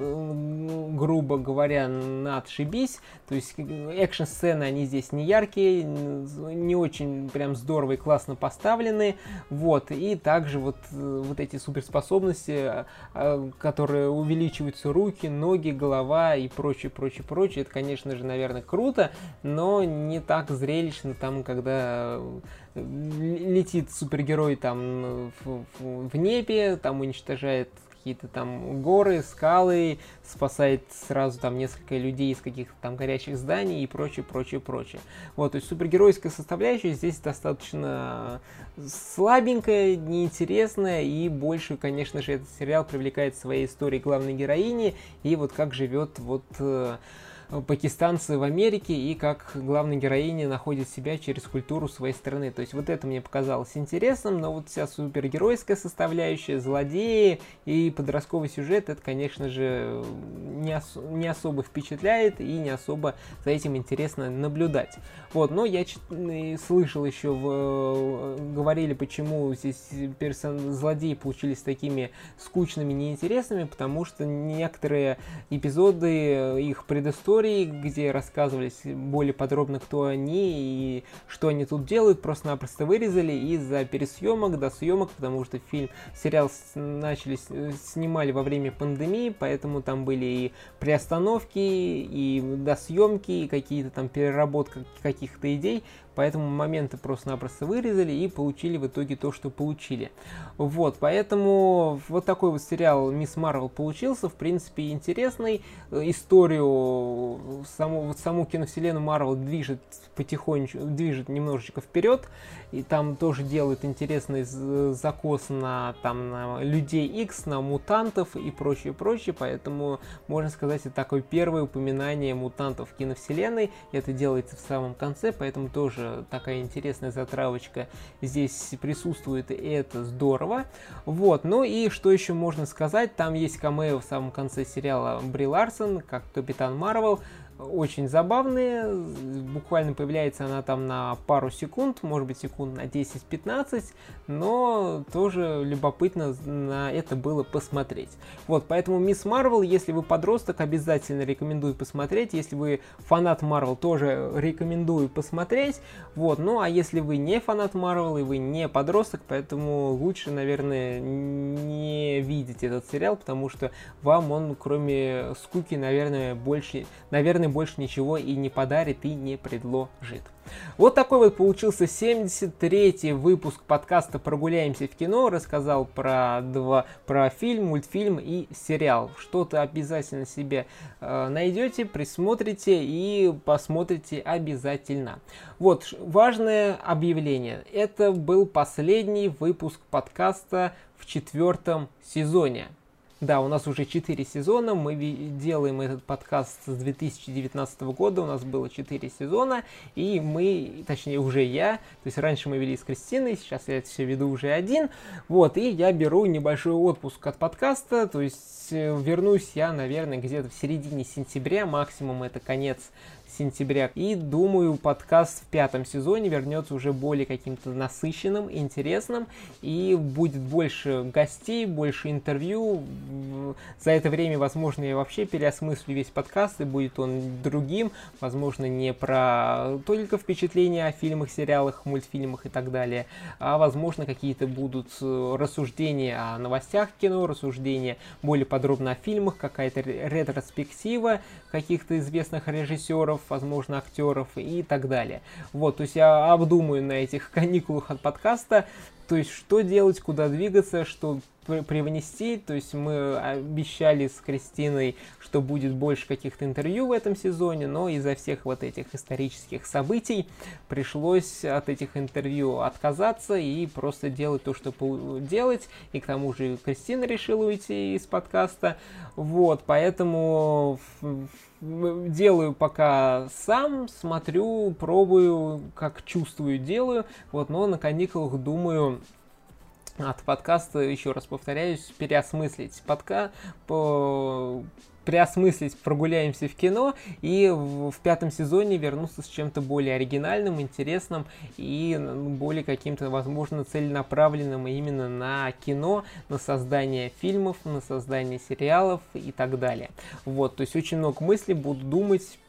грубо говоря, на отшибись, то есть экшн-сцены, они здесь не яркие, не очень прям здорово и классно поставлены, поставлены, вот, и также вот, вот эти суперспособности, которые увеличиваются руки, ноги, голова и прочее, прочее, прочее, это, конечно же, наверное, круто, но не так зрелищно там, когда летит супергерой там в, в, в небе, там уничтожает какие-то там горы, скалы, спасает сразу там несколько людей из каких-то там горячих зданий и прочее, прочее, прочее. Вот, то есть супергеройская составляющая здесь достаточно слабенькая, неинтересная, и больше, конечно же, этот сериал привлекает своей историей главной героини, и вот как живет вот пакистанцы в Америке, и как главная героиня находит себя через культуру своей страны. То есть вот это мне показалось интересным, но вот вся супергеройская составляющая, злодеи и подростковый сюжет, это, конечно же, не, ос- не особо впечатляет и не особо за этим интересно наблюдать. Вот, но я ч- слышал еще, в, говорили, почему здесь персон- злодеи получились такими скучными, неинтересными, потому что некоторые эпизоды их предыстории, где рассказывались более подробно, кто они и что они тут делают, просто-напросто вырезали из-за пересъемок, досъемок, потому что фильм, сериал начали снимали во время пандемии, поэтому там были и приостановки, и досъемки, и какие-то там переработки каких-то идей, поэтому моменты просто-напросто вырезали и получили в итоге то, что получили. Вот, поэтому вот такой вот сериал «Мисс Марвел» получился, в принципе, интересный. Историю, саму, саму киновселенную Марвел движет потихонечку, движет немножечко вперед, и там тоже делают интересный закос на, там, на Людей Икс, на мутантов и прочее, прочее, поэтому, можно сказать, это такое первое упоминание мутантов в киновселенной, это делается в самом конце, поэтому тоже такая интересная затравочка здесь присутствует, и это здорово. Вот, ну и что еще можно сказать, там есть камео в самом конце сериала Бри Ларсон, как Капитан Марвел, очень забавные, буквально появляется она там на пару секунд, может быть секунд на десять-пятнадцать, но тоже любопытно на это было посмотреть. Вот, поэтому «Мисс Марвел», если вы подросток, обязательно рекомендую посмотреть, если вы фанат Марвел, тоже рекомендую посмотреть, вот, ну а если вы не фанат Марвел и вы не подросток, поэтому лучше, наверное, не видеть этот сериал, потому что вам он, кроме скуки, наверное, больше, наверное, наверное, больше ничего и не подарит, и не предложит. Вот такой вот получился семьдесят третий выпуск подкаста «Прогуляемся в кино». Рассказал про два, про фильм, мультфильм и сериал. Что-то обязательно себе э, найдете, присмотрите и посмотрите обязательно. Вот, важное объявление. Это был последний выпуск подкаста в четвертом сезоне. Да, у нас уже четыре сезона, мы делаем этот подкаст с две тысячи девятнадцатого года, у нас было четыре сезона, и мы, точнее уже я, то есть раньше мы вели с Кристиной, сейчас я это все веду уже один, вот, и я беру небольшой отпуск от подкаста, то есть вернусь я, наверное, где-то в середине сентября, максимум это конец сентября. И думаю, подкаст в пятом сезоне вернется уже более каким-то насыщенным, интересным. И будет больше гостей, больше интервью. За это время, возможно, я вообще переосмыслю весь подкаст, и будет он другим. Возможно, не про только впечатления о фильмах, сериалах, мультфильмах и так далее. А возможно, какие-то будут рассуждения о новостях кино, рассуждения более подробно о фильмах, какая-то ретроспектива каких-то известных режиссеров, возможно, актеров и так далее. Вот, то есть я обдумаю на этих каникулах от подкаста, то есть что делать, куда двигаться, что привнести. То есть мы обещали с Кристиной, что будет больше каких-то интервью в этом сезоне, но из-за всех вот этих исторических событий пришлось от этих интервью отказаться и просто делать то, что делать. И к тому же Кристина решила уйти из подкаста. Вот, поэтому делаю пока сам, смотрю, пробую, как чувствую, делаю. Вот, но на каникулах думаю от подкаста, еще раз повторяюсь, переосмыслить подка... по... переосмыслить «Прогуляемся в кино» и в, в пятом сезоне вернуться с чем-то более оригинальным, интересным и более каким-то, возможно, целенаправленным именно на кино, на создание фильмов, на создание сериалов и так далее. Вот, то есть очень много мыслей, буду думать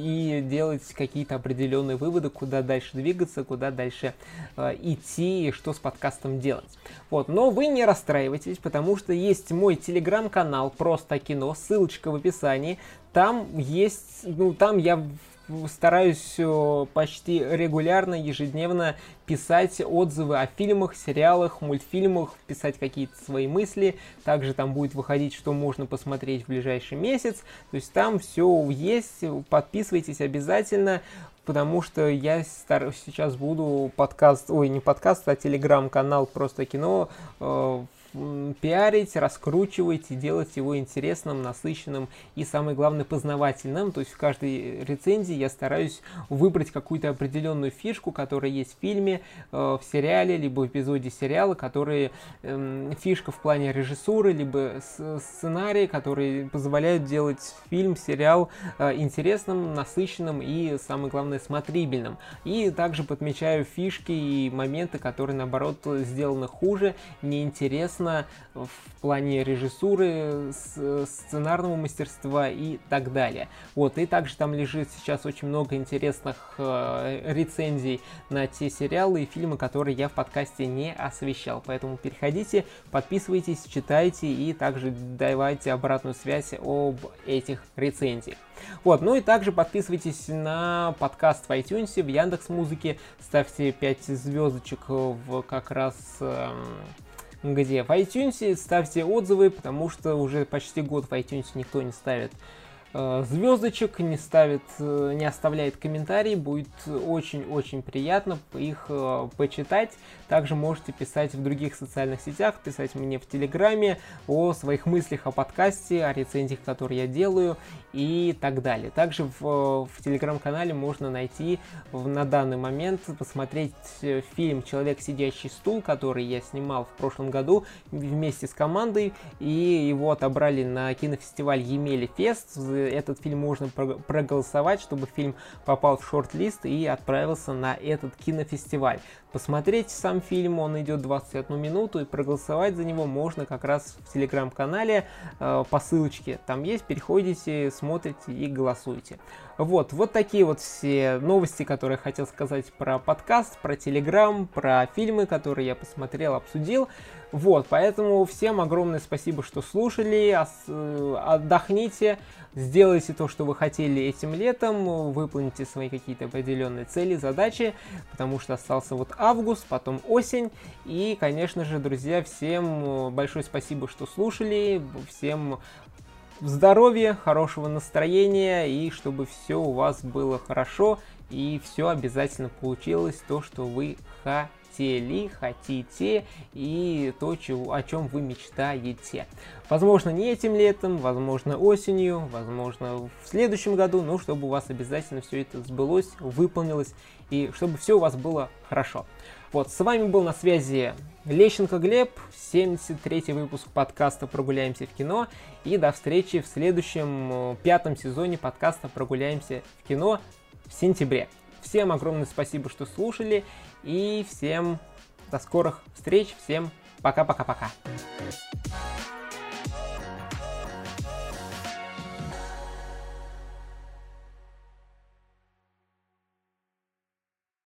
и делать какие-то определенные выводы, куда дальше двигаться, куда дальше э, идти и что с подкастом делать. Вот, но вы не расстраивайтесь, потому что есть мой телеграм-канал «Просто кино», ссылочка в описании. Там есть, ну, там я стараюсь почти регулярно, ежедневно писать отзывы о фильмах, сериалах, мультфильмах, писать какие-то свои мысли. Также там будет выходить, что можно посмотреть в ближайший месяц. То есть там все есть. Подписывайтесь обязательно, потому что я стар... сейчас буду подкаст, ой, не подкаст, а телеграм-канал «Просто кино» э, пиарить, раскручивать и делать его интересным, насыщенным и, самое главное, познавательным. То есть в каждой рецензии я стараюсь выбрать какую-то определенную фишку, которая есть в фильме, э, в сериале, либо в эпизоде сериала, которые э, фишка в плане режиссуры, либо сценария, которые позволяют делать фильм, сериал э, интересным, насыщенным и, самое главное, смотрибельным. И также подмечаю фишки и моменты, которые, наоборот, сделаны хуже, неинтересно в плане режиссуры, сценарного мастерства и так далее. Вот, и также там лежит сейчас очень много интересных э, рецензий на те сериалы и фильмы, которые я в подкасте не освещал. Поэтому переходите, подписывайтесь, читайте и также давайте обратную связь об этих рецензиях. Вот, ну и также подписывайтесь на подкаст в iTunes, в Яндекс.Музыке, ставьте пять звездочек в как раз... Э, где в iTunes, ставьте отзывы, потому что уже почти год в iTunes никто не ставит э, звездочек, не ставит, э, не оставляет комментарий, будет очень-очень приятно их э, почитать. Также можете писать в других социальных сетях, писать мне в Телеграме о своих мыслях о подкасте, о рецензиях, которые я делаю и так далее. Также в, в Телеграм-канале можно найти в, на данный момент, посмотреть фильм «Человек, сидящий стул», который я снимал в прошлом году вместе с командой, и его отобрали на кинофестиваль Емели Фест. Этот фильм можно проголосовать, чтобы фильм попал в шорт-лист и отправился на этот кинофестиваль. Посмотреть сам фильм, он идет двадцать одну минуту, и проголосовать за него можно как раз в Телеграм-канале э, по ссылочке. Там есть, переходите, смотрите и голосуйте. Вот, вот такие вот все новости, которые я хотел сказать про подкаст, про Телеграм, про фильмы, которые я посмотрел, обсудил. Вот, поэтому всем огромное спасибо, что слушали, отдохните, сделайте то, что вы хотели этим летом, выполните свои какие-то определенные цели, задачи, потому что остался вот август, потом осень, и, конечно же, друзья, всем большое спасибо, что слушали, всем здоровья, хорошего настроения, и чтобы все у вас было хорошо, и все обязательно получилось то, что вы хотели, хотите, и то, чего, о чем вы мечтаете. Возможно, не этим летом, возможно, осенью, возможно, в следующем году, но чтобы у вас обязательно все это сбылось, выполнилось, и чтобы все у вас было хорошо. Вот, с вами был на связи Лещенко Глеб, семьдесят третий выпуск подкаста «Прогуляемся в кино», и до встречи в следующем пятом сезоне подкаста «Прогуляемся в кино» в сентябре. Всем огромное спасибо, что слушали, и всем до скорых встреч, всем пока-пока-пока.